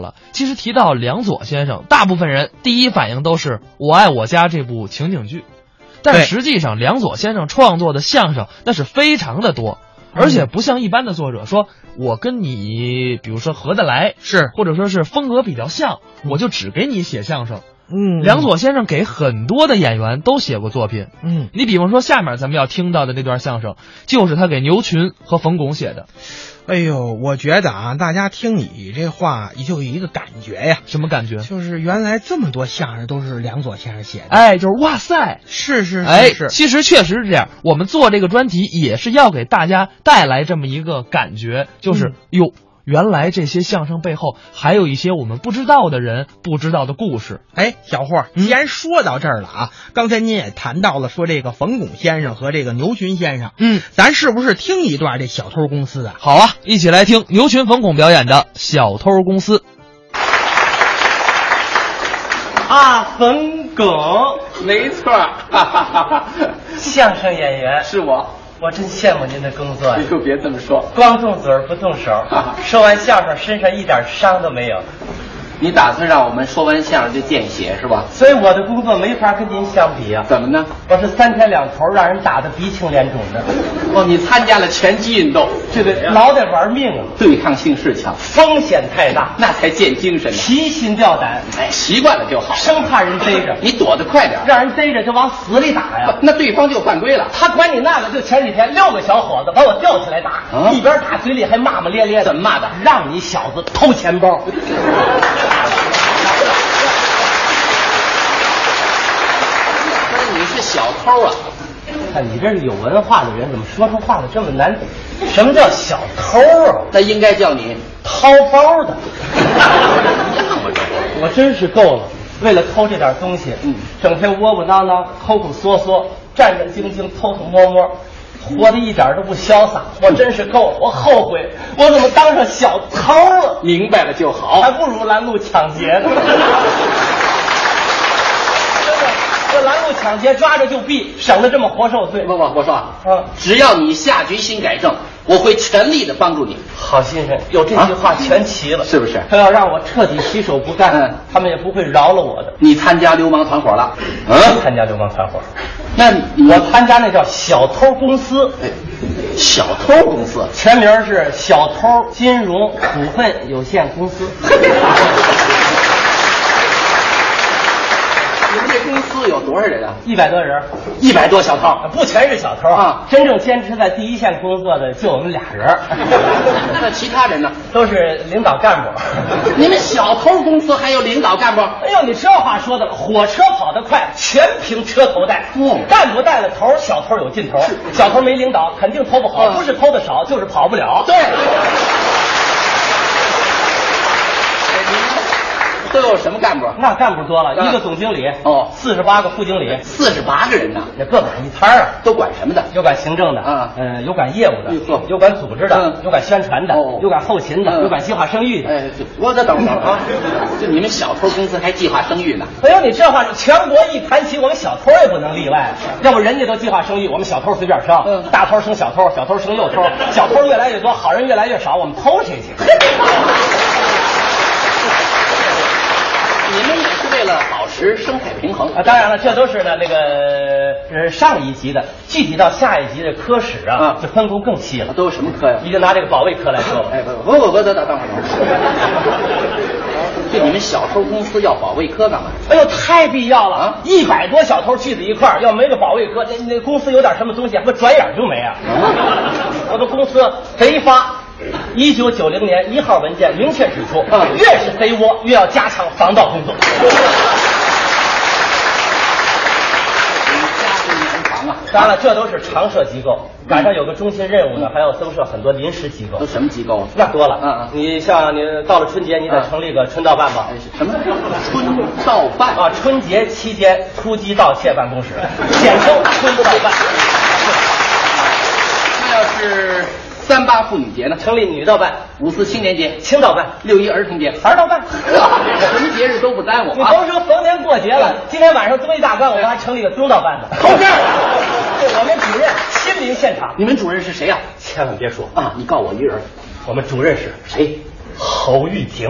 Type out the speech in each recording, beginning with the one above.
其实提到梁左先生，大部分人第一反应都是《我爱我家》这部情景剧，但实际上梁左先生创作的相声那是非常的多，而且不像一般的作者说我跟你比如说合得来， 是或者说是风格比较像，我就只给你写相声。梁左先生给很多的演员都写过作品。你比方说下面咱们要听到的那段相声，就是他给牛群和冯巩写的。 哎呦，我觉得啊，大家听你这话就有一个感觉呀。 什么感觉？ 就是原来这么多相声都是梁左先生写的。 哎，就是哇塞， 是。 其实确实是这样。我们做这个专题也是要给大家带来这么一个感觉，就是哟。原来这些相声背后还有一些我们不知道的人不知道的故事。 哎，小霍，既然说到这儿了啊，刚才您也谈到了说这个冯巩先生和这个牛群先生，咱是不是听一段这小偷公司啊？ 好啊，一起来听牛群冯巩表演的小偷公司。 啊，冯巩， 没错， 相声演员是我。 我真羡慕您的工作呀！ 你就别这么说， 光动嘴不动手，说完相声身上一点伤都没有。 你打算让我们说完相声就见血是吧？ 所以我的工作没法跟您相比啊。 怎么呢？ 我是3天2头让人打得鼻青脸肿的。 哦，你参加了拳击运动， 这个脑袋玩命啊， 对抗性是强， 风险太大， 那才见精神呢。 提心吊胆， 哎，习惯了就好， 生怕人逮着， 你躲得快点， 让人逮着就往死里打呀。 那对方就犯规了。 他管你那个，就前几天6个小伙子把我吊起来打，一边打嘴里还骂骂咧咧的。 怎么骂的？ 让你小子偷钱包。 你是小偷啊？ 看你这是有文化的人，怎么说出话来这么难？什么叫小偷啊？ 那应该叫你掏包的。 一样吗？ 我真是够了，为了偷这点东西，整天窝窝囊囊、抠抠缩缩、战战兢兢、偷偷摸摸，活得一点都不潇洒。我真是够了，我后悔，我怎么当上小偷了？ 明白了就好， 还不如拦路抢劫呢。这拦路抢劫抓着就毙，省得这么活受罪。 不，我说啊，只要你下决心改正，我会全力的帮助你。 好心人，有这句话全齐了， 是不是？ 他要让我彻底洗手不干，他们也不会饶了我的。 你参加流氓团伙了？ 参加流氓团伙？ 那我参加那叫小偷公司。 小偷公司全名是小偷金融股份有限公司。 你们这公司有多少人啊 ？100多人 ，100多小偷， 不全是小偷啊。真正坚持在第一线工作的就我们俩人。 那其他人呢？ 都是领导干部。 你们小偷公司还有领导干部？ 哎呦，你这话说的了，火车跑得快，全凭车头带。干部带了头，小偷有劲头。小偷没领导，肯定偷不好，不是偷的少，就是跑不了。 对。都有什么干部？ 那干部多了，一个总经理，48个副经理 ，48个人呢， 也各管一摊啊。 都管什么的？ 有管行政的，有管业务的，有管组织的，有管宣传的，有管后勤的，有管计划生育的。 哎，我再等会儿啊！就你们小偷公司还计划生育呢？ 哎呦，你这话全国一谈起，我们小偷也不能例外。要不人家都计划生育，我们小偷随便生。大偷生小偷，小偷生幼偷，小偷越来越多，好人越来越少，我们偷谁去？ 你们也是为了保持生态平衡啊！当然了，这都是呢那个上一级的，具体到下一级的科室啊，就分工更细了。 都有什么科呀？ 你就拿这个保卫科来说吧。 哎，等会儿。就你们小偷公司要保卫科干嘛？ 哎呦，太必要了啊！100多小偷聚在一块儿，要没个保卫科，那公司有点什么东西，不转眼就没啊！我的公司贼发。1990年1号文件明确指出，越是贼窝，越要加强防盗工作。当然了，这都是常设机构，赶上有个中心任务呢，还要增设很多临时机构。 都什么机构？ 那多了。你像你到了春节，你得成立个春盗办吧？ 什么春盗办啊？春节期间突击盗窃办公室，简称春盗办。 那要是38妇女节呢？ 成立女盗办。 54青年节、 青盗办、 6·1儿童节、 孩盗办， 什么节日都不耽误。 你甭说逢年过节了，今天晚上多一大干，我们还成立个中盗办呢。 偷事儿， 我们主任亲临现场。 你们主任是谁呀？ 千万别说啊！你告我一人。 我们主任是谁？ 侯玉婷。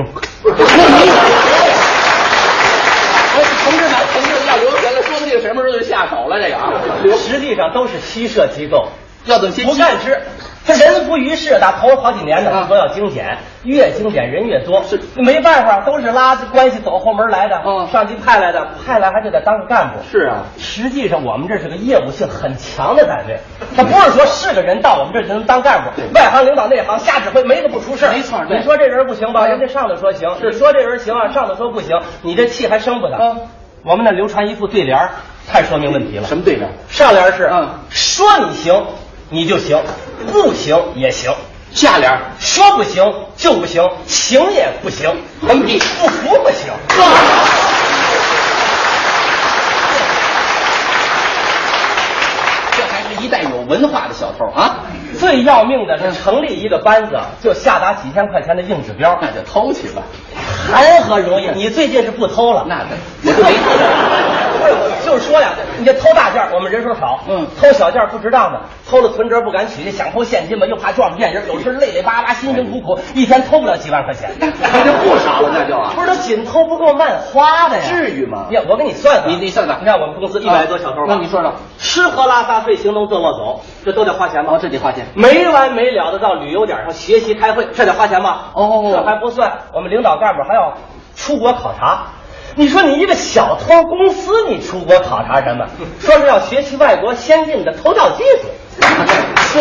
同志们，要留神了，说不定什么时候就下手了。这个啊， 实际上都是虚设机构， 要等先不干之。他人不于世，打头好几年呢，说要精简，越精简人越多，是没办法，都是拉关系走后门来的，上级派来的，派来还就得当个干部。 是啊， 实际上我们这是个业务性很强的单位，他不是说是个人到我们这就能当干部，外行领导内行瞎指挥，没个不出事。 没错， 你说这人不行吧，人家上头说行；你说这人行啊，上头说不行，你这气还生不得。我们那流传一副对联，太说明问题了。 什么对联？ 上联是说你行你就行，不行也行。 下联说不行就不行，行也不行，横批不服不行。 这还是一代有文化的小偷啊！ 最要命的是成立一个班子就下达几千块钱的硬指标， 那就偷去吧， 谈何容易？你最近是不偷了？ 那我就没偷。 不是，就是说呀，你这偷大件我们人手少，偷小件不值当的，偷了存折不敢取，想偷现金吧又怕撞见人，有时累累巴巴，辛辛苦苦，一天偷不了几万块钱， 那就不少了，那就不是他紧偷不够慢花的呀？ 至于吗？ 呀，我给你算算， 你算算， 你看我们公司100多小偷吧， 那你说说， 吃喝拉撒睡行动坐卧走，这都得花钱吗？ 这得花钱， 没完没了的到旅游点上学习开会，这得花钱吗？这还不算，我们领导干部还要出国考察。你说你一个小偷公司，你出国考察什么？说是要学习外国先进的偷盗技术， 这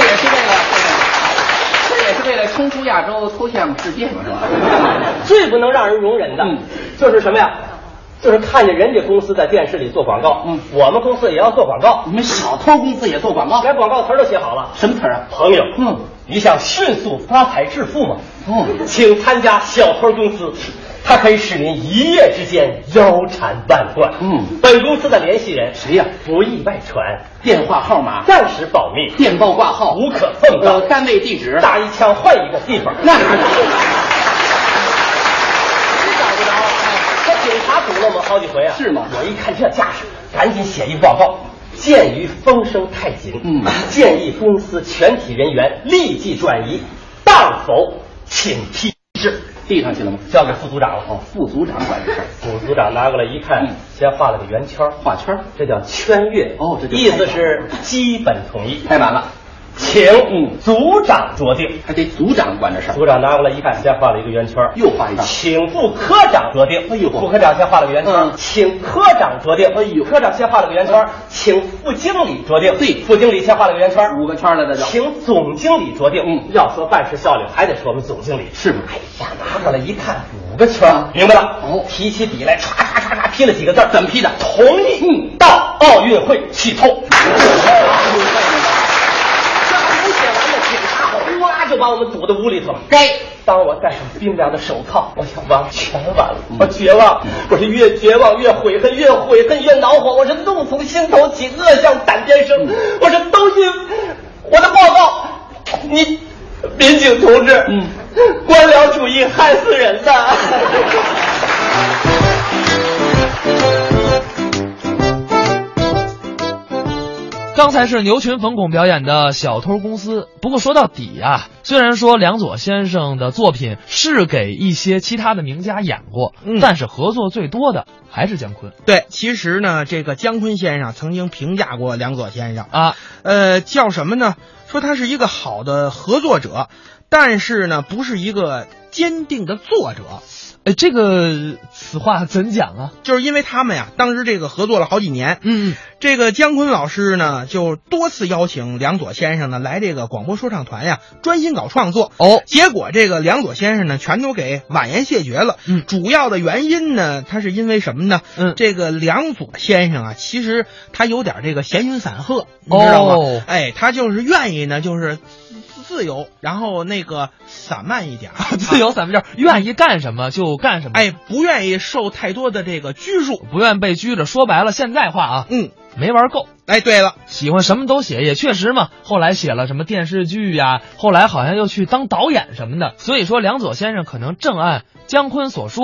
也是为了冲出亚洲，偷向世界嘛，是吧？ 最不能让人容忍的，就是什么呀？就是看见人家公司在电视里做广告，我们公司也要做广告。 你们小偷公司也做广告？ 连广告词都写好了。 什么词啊？ 朋友，你想迅速发财致富吗？请参加小偷公司。它可以使您一夜之间腰缠万贯。本公司的联系人谁呀？ 不易外传， 电话号码暂时保密， 电报挂号无可奉告， 单位地址打一枪换一个地方。 那你找不着，他警察堵了我们好几回啊。 是吗？ 我一看这架势，赶紧写一报告。鉴于风声太紧，建议公司全体人员立即转移，当否请批示。 递上去了吗？ 交给副组长了。 副组长管这事儿。 副组长拿过来一看，先画了个圆圈， 画圈， 这叫圈阅。 这就意思是基本统一。 太满了， 请组长酌定。 还得组长管这事儿。 组长拿过来一看，先画了一个圆圈， 又画一个。 请副科长酌定。副科长先画了个圆圈，请科长酌定。科长先画了个圆圈，请副经理酌定。 对， 副经理先画了个圆圈 ，5个圈了，这就。 请总经理酌定。要说办事效率，还得说我们总经理。 是吗？ 哎呀，拿过来一看，5个圈，明白了。提起笔来，唰唰唰唰批了几个字。 怎么批的？ 同意到奥运会去偷。就把我们堵在屋里头了。当我戴上冰凉的手铐，我想完全完了，我绝望，我是越绝望越悔恨，越悔恨越恼火，我是怒从心头起，恶向胆边生，我是都因我的报告，你民警同志，官僚主义害死人的。 刚才是牛群冯巩表演的小偷公司。不过说到底啊，虽然说梁左先生的作品是给一些其他的名家演过，但是合作最多的还是姜昆。 对，其实呢，这个姜昆先生曾经评价过梁左先生啊， 叫什么呢？说他是一个好的合作者，但是呢，不是一个坚定的作者。 这个此话怎讲啊？ 就是因为他们呀，当时这个合作了好几年。这个姜昆老师呢，就多次邀请梁左先生呢来这个广播说唱团呀，专心搞创作。结果这个梁左先生呢，全都给婉言谢绝了。主要的原因呢，他是因为什么呢？这个梁左先生啊，其实他有点这个闲云散鹤，你知道吗？他就是愿意呢，就是自由，然后那个散漫一点。 自由散漫，愿意干什么就干什么。 不愿意受太多的这个拘束， 不愿被拘着。说白了，现在话啊，没玩够。 对了， 喜欢什么都写，也确实嘛。后来写了什么电视剧呀，后来好像又去当导演什么的。所以说，梁左先生可能正按姜昆所说，他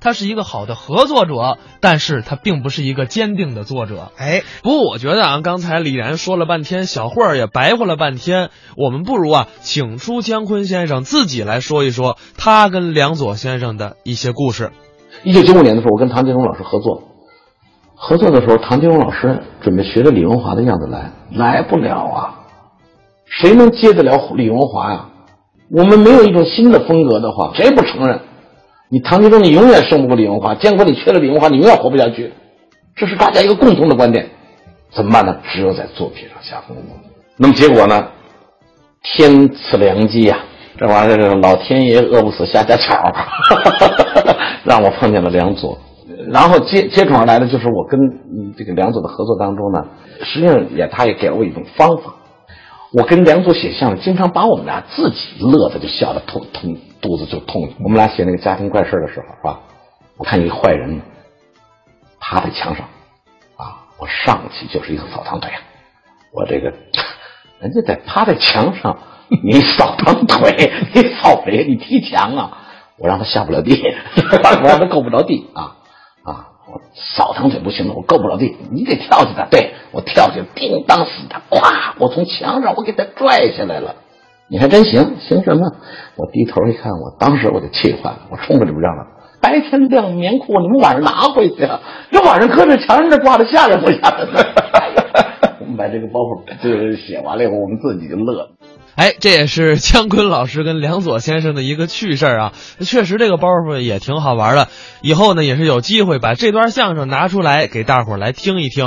他是一个好的合作者，但是他并不是一个坚定的作者。 不过我觉得啊，刚才李然说了半天，小慧儿也白话了半天，我们不如啊，请出姜昆先生自己来说一说他跟梁左先生的一些故事。 1995年的时候，我跟唐金荣老师合作的时候，唐金荣老师准备学着李文华的样子来不了啊，谁能接得了李文华呀？我们没有一种新的风格的话，谁不承认？你唐金荣你永远胜不过李文华，姜昆你缺了李文华，你永远活不下去，这是大家一个共同的观点。怎么办呢？只有在作品上下功夫。那么结果呢？天赐良机呀，这玩意儿老天爷饿不死瞎家巧，让我碰见了梁左。然后接踵而来的就是我跟这个梁左的合作当中呢，实际上他也给了我一种方法。我跟梁左写相声，经常把我们俩自己乐的就笑得肚子就痛。我们俩写那个家庭怪事的时候，是吧？我看一个坏人趴在墙上啊，我上去就是一个扫堂腿，我这个人家在趴在墙上，你扫堂腿，你扫谁？你踢墙啊！我让他下不了地，我让他够不着地我扫堂腿不行了，我够不着地，你得跳起来。对，我跳起来，叮当死他，咵，我从墙上我给他拽下来了。你还真行什么？我低头一看，当时我就气坏了，我冲着里边嚷了：白天晾棉裤，你们晚上拿回去啊！这晚上搁在墙上这挂着，吓人不吓人？我们把这个包袱就是写完了以后，我们自己就乐了。 这也是姜昆老师跟梁左先生的一个趣事啊，确实这个包袱也挺好玩的。以后呢，也是有机会把这段相声拿出来给大伙儿来听一听。